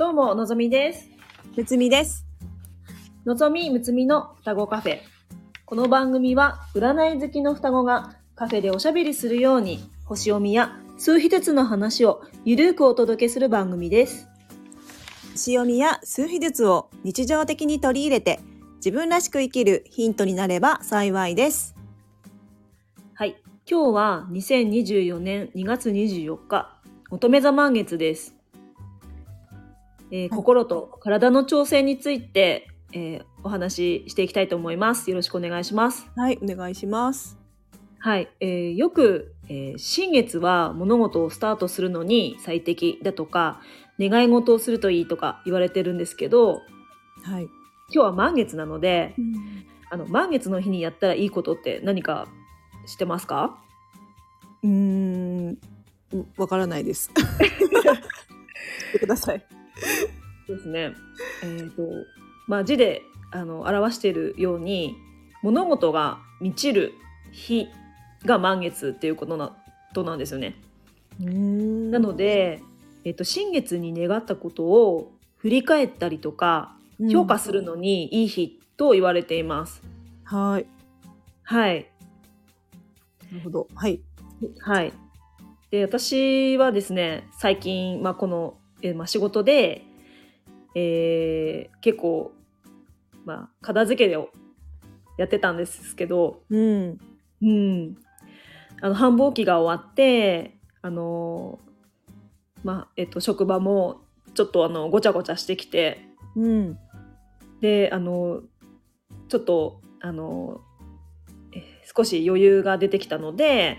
どうも、のぞみです。 むつみです。 のぞみむつみの双子カフェ。この番組は占い好きの双子がカフェでおしゃべりするように星読みや数秘術の話をゆるくお届けする番組です。 星読みや数秘術を日常的に取り入れて自分らしく生きるヒントになれば幸いです。 はい、今日は2024年2月24日乙女座満月です。心と体の調整について、お話ししていきたいと思います。よろしくお願いします。 はい、お願いします。 はい、よく、新月は物事をスタートするのに最適だとか、願い事をするといいとか言われてるんですけど、 はい、 今日は満月なので、満月の日にやったらいいことって何か知ってますか？ わからないです。言ってください。 ですね。字で表しているように物事が満ちる日が満月っていうことなんですよね。なので、新月に願ったことを振り返ったりとか評価するのにいい日と言われています。 はい。 はい。 なるほど。はい。 はい。で、私はですね、最近、この、仕事で、結構、片付けをやってたんですけど、繁忙期が終わって、職場もちょっとごちゃごちゃしてきて、でちょっと少し余裕が出てきたので、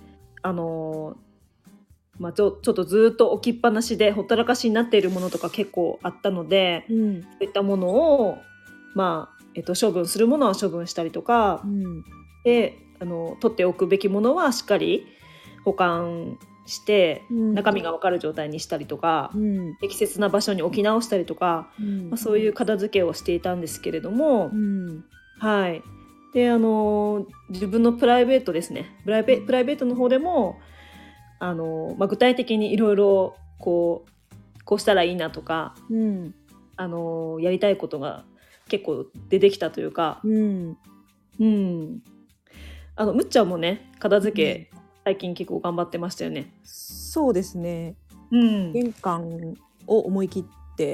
ちょっとずっと置きっぱなしでほったらかしになっているものとか結構あったので、そういったものを、処分するものは処分したりとか、で取っておくべきものはしっかり保管して、中身が分かる状態にしたりとか、適切な場所に置き直したりとか、そういう片付けをしていたんですけれども、はい。で自分のプライベートですね、プライベートの方でも具体的にいろいろこうしたらいいなとか、やりたいことが結構出てきたというか、むっちゃんもね片付け、最近結構頑張ってましたよね。 そうですね。玄関を思い切って、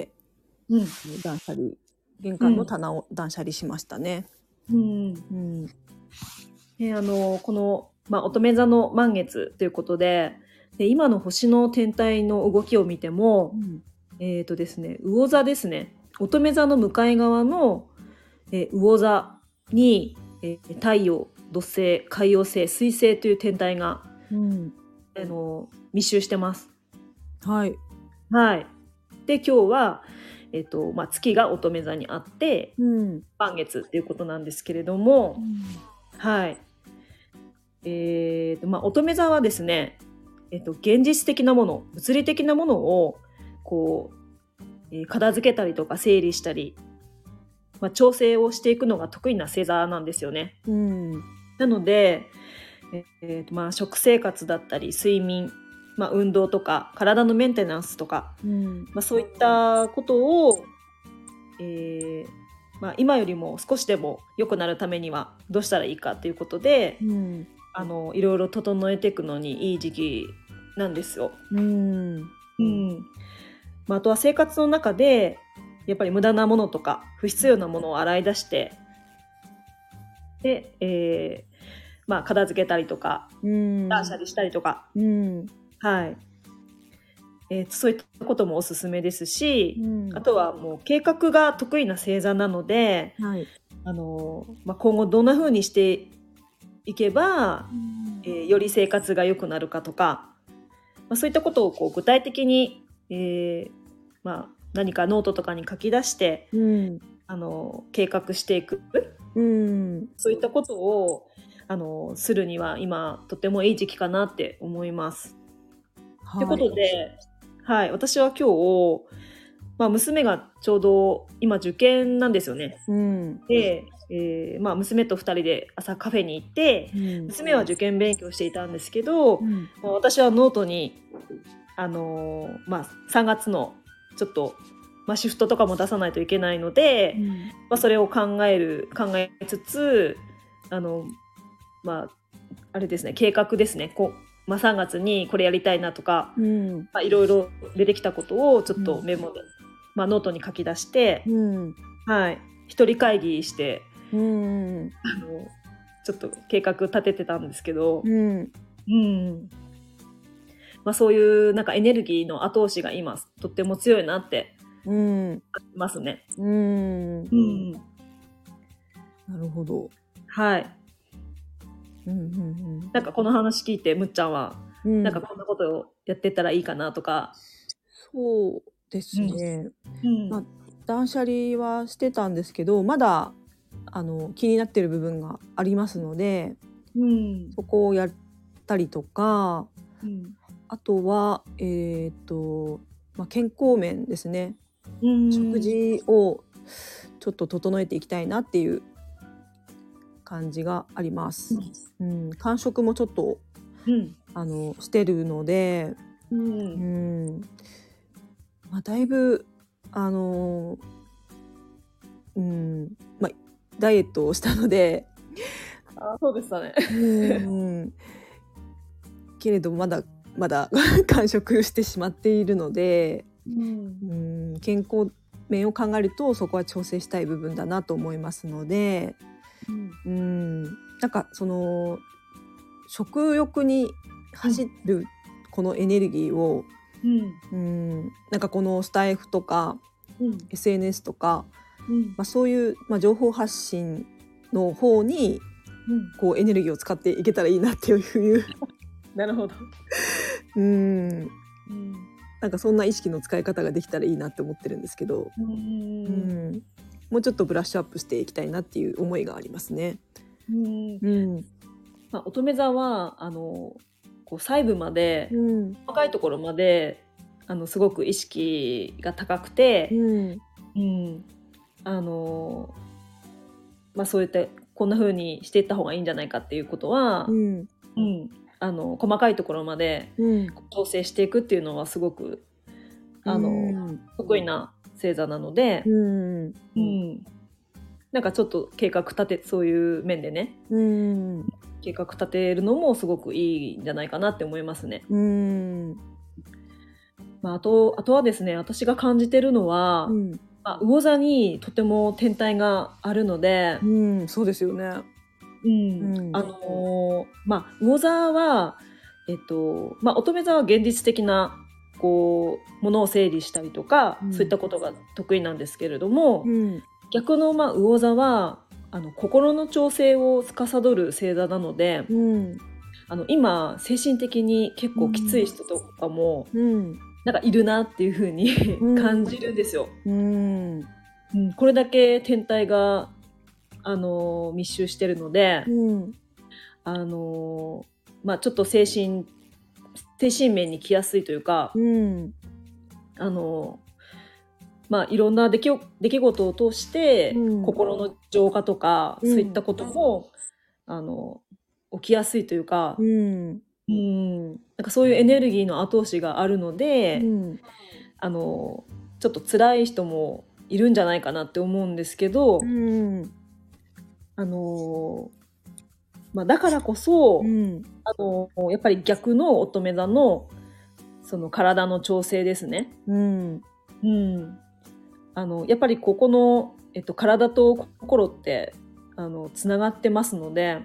断捨離、玄関の棚を断捨離しましたね。 でこの、乙女座の満月ということで、今の星の天体の動きを見ても、ですね、魚座ですね、乙女座の向かい側の、魚座に、太陽、土星、海王星、水星という天体が、密集してます。はい。はい。で今日は、月が乙女座にあって、満月っていうことなんですけれども、はい。乙女座はですね、現実的なもの、物理的なものを片付けたりとか整理したり、調整をしていくのが得意な星座なんですよね。なので、食生活だったり睡眠、運動とか体のメンテナンスとか、そういったことを、今よりも少しでも良くなるためにはどうしたらいいかということで、いろいろ整えていくのにいい時期なんですよ。あとは生活の中でやっぱり無駄なものとか不必要なものを洗い出して、で、片付けたりとか断捨離したりとか、はい、そういったこともおすすめですし、あとはもう計画が得意な星座なので、今後どんな風にしていけば、より生活が良くなるかとか、そういったことを具体的に、何かノートとかに書き出して、計画していく、そういったことをするには今とてもいい時期かなって思います。ということで、はい、私は今日、娘がちょうど今受験なんですよね。で、娘と2人で朝カフェに行って、娘は受験勉強していたんですけど、私はノートに3月のちょっとシフトとかも出さないといけないので、それを考えつつあれですね、計画ですね。3月にこれやりたいなとか、いろいろ出てきたことをちょっとメモで、ノートに書き出して、一人会議して、ちょっと計画立ててたんですけど、そういうなんかエネルギーの後押しが今とっても強いなって思いますね。 なるほど。 はい。なんかこの話聞いてむっちゃんは、なんかこんなことをやってったらいいかなとか。 そうですね、断捨離はしてたんですけど、まだ気になってる部分がありますので、そこをやったりとか、あとは健康面ですね、食事をちょっと整えていきたいなっていう感じがあります。間食もちょっと、してるので、だいぶダイエットをしたので、 そうでしたね。 けれどまだ間食してしまっているので、健康面を考えるとそこは調整したい部分だなと思いますので、なんかその食欲に走るこのエネルギーを、なんかこのスタイフとか、SNS とか、そういう、情報発信の方に、こうエネルギーを使っていけたらいいなっていうなるほど。 なんかそんな意識の使い方ができたらいいなって思ってるんですけど、もうちょっとブラッシュアップしていきたいなっていう思いがありますね。 乙女座は細部まで、細かいところまですごく意識が高くて、そういったこんな風にしていった方がいいんじゃないかっていうことは、細かいところまで調整していくっていうのはすごく得意な星座なので、なんかちょっと計画立て、そういう面でね、計画立てるのもすごくいいんじゃないかなって思いますね。あとはですね、私が感じてるのは、魚座にとても天体があるので、 そうですよね。 魚座は、乙女座は現実的なものを整理したりとか、そういったことが得意なんですけれども、逆の魚座は心の調整を司る星座なので、今精神的に結構きつい人とかも、なんかいるなっていう風に感じるんですよ。これだけ天体が密集してるので、ちょっと精神面に来やすいというか、いろんな出来事を通して、心の浄化とか、そういったことも起きやすいというか、なんかそういうエネルギーの後押しがあるので、ちょっと辛い人もいるんじゃないかなって思うんですけど、だからこそ、やっぱり逆の乙女座のその体の調整ですね。やっぱりここの、体と心ってつながってますので、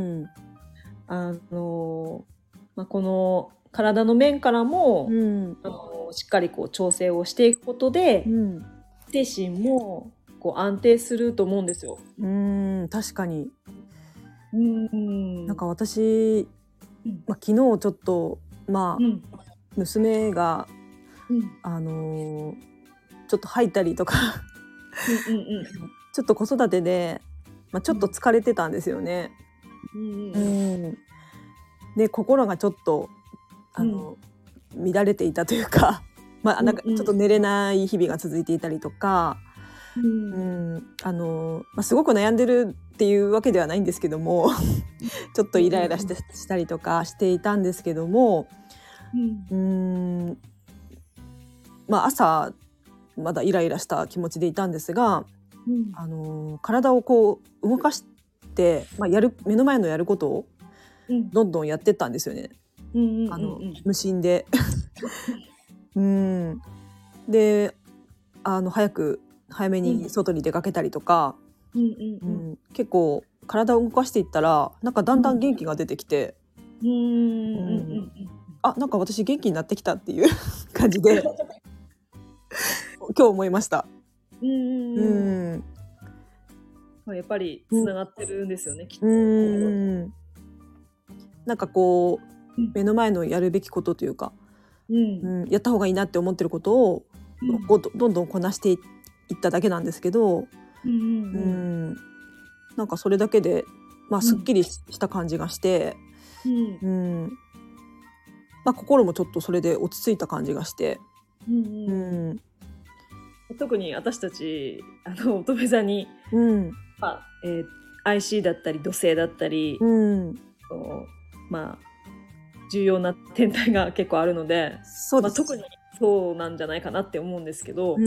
この体の面からも、しっかり調整をしていくことで、精神も安定すると思うんですよ。 確かに。なんか私、昨日ちょっと娘が、ちょっと吐いたりとかちょっと子育てで、ちょっと疲れてたんですよね。で心がちょっと乱れていたというか、なんかちょっと寝れない日々が続いていたりとか、すごく悩んでるっていうわけではないんですけどもちょっとイライラしたりとかしていたんですけども、朝まだイライラした気持ちでいたんですが、 うん体をこう動かして、目の前のやることをうんどんどんやってったんですよね。 うんうんうん無心でで早めに外に出かけたりとか、 うんうん結構体を動かしていったらなんかだんだん元気が出てきて、 うんうんなんか私元気になってきたっていう感じで今日思いました。 うんやっぱりつながってるんですよね、きっと。 なんかこう目の前のやるべきことというか、やった方がいいなって思ってることを、どんどんこなしていっただけなんですけど、なんかそれだけで、すっきりした感じがして、心もちょっとそれで落ち着いた感じがして、 特に私たち乙女座に、IC だったり土星だったり、重要な天体が結構あるので、特にそうなんじゃないかなって思うんですけど、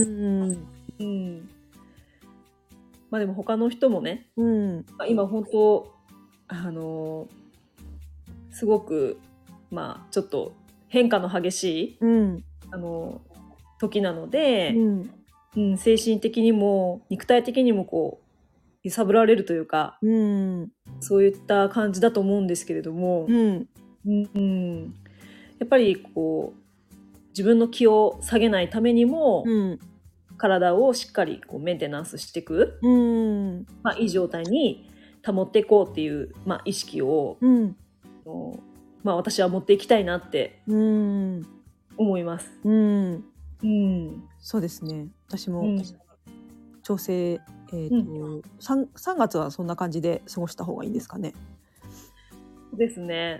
でも他の人もね、今本当すごくちょっと変化の激しい、時なので、精神的にも肉体的にもこう揺さぶられるというか、そういった感じだと思うんですけれども、やっぱりこう自分の気を下げないためにも、体をしっかりこうメンテナンスしていく、いい状態に保っていこうっていう、意識を、私は持っていきたいなって思います。 そうですね。私も調整、3月はそんな感じで過ごした方がいいんですかね。 ですね。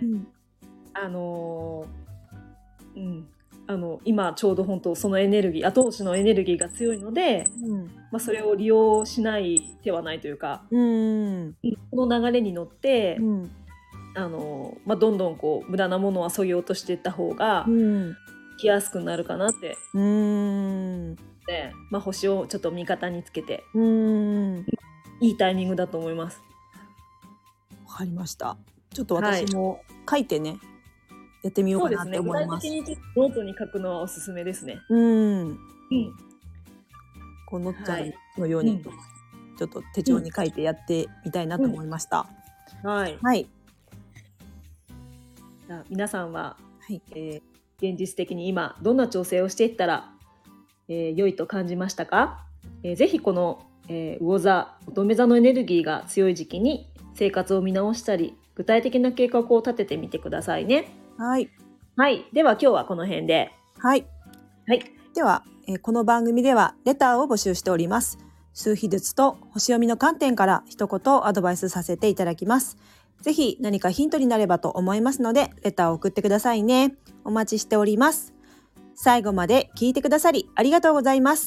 今ちょうど本当そのエネルギー、後押しのエネルギーが強いので、それを利用しない手はないというか、この流れに乗って、どんどんこう無駄なものは削ぎ落としていった方が来やすくなるかなって。で、星をちょっと味方につけて、いいタイミングだと思います。 わかりました。ちょっと私も書いてね、やってみようかなって思います。 具体的にノートに書くのはおすすめですね。 こうノッチャのように、ちょっと手帳に書いてやってみたいなと思いました。 じゃあ皆さんは、現実的に今どんな調整をしていったら、良いと感じましたか？ぜひこの、魚座、乙女座のエネルギーが強い時期に生活を見直したり、具体的な計画を立ててみてくださいね。では今日はこの辺で。 では、この番組ではレターを募集しております。数秘術と星読みの観点から一言アドバイスさせていただきます。ぜひ何かヒントになればと思いますので、レターを送ってくださいね。お待ちしております。最後まで聞いてくださりありがとうございます。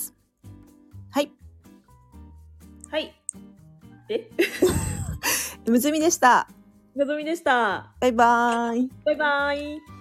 むつみでした。 のぞみでした。 バイバーイ。 バイバイ。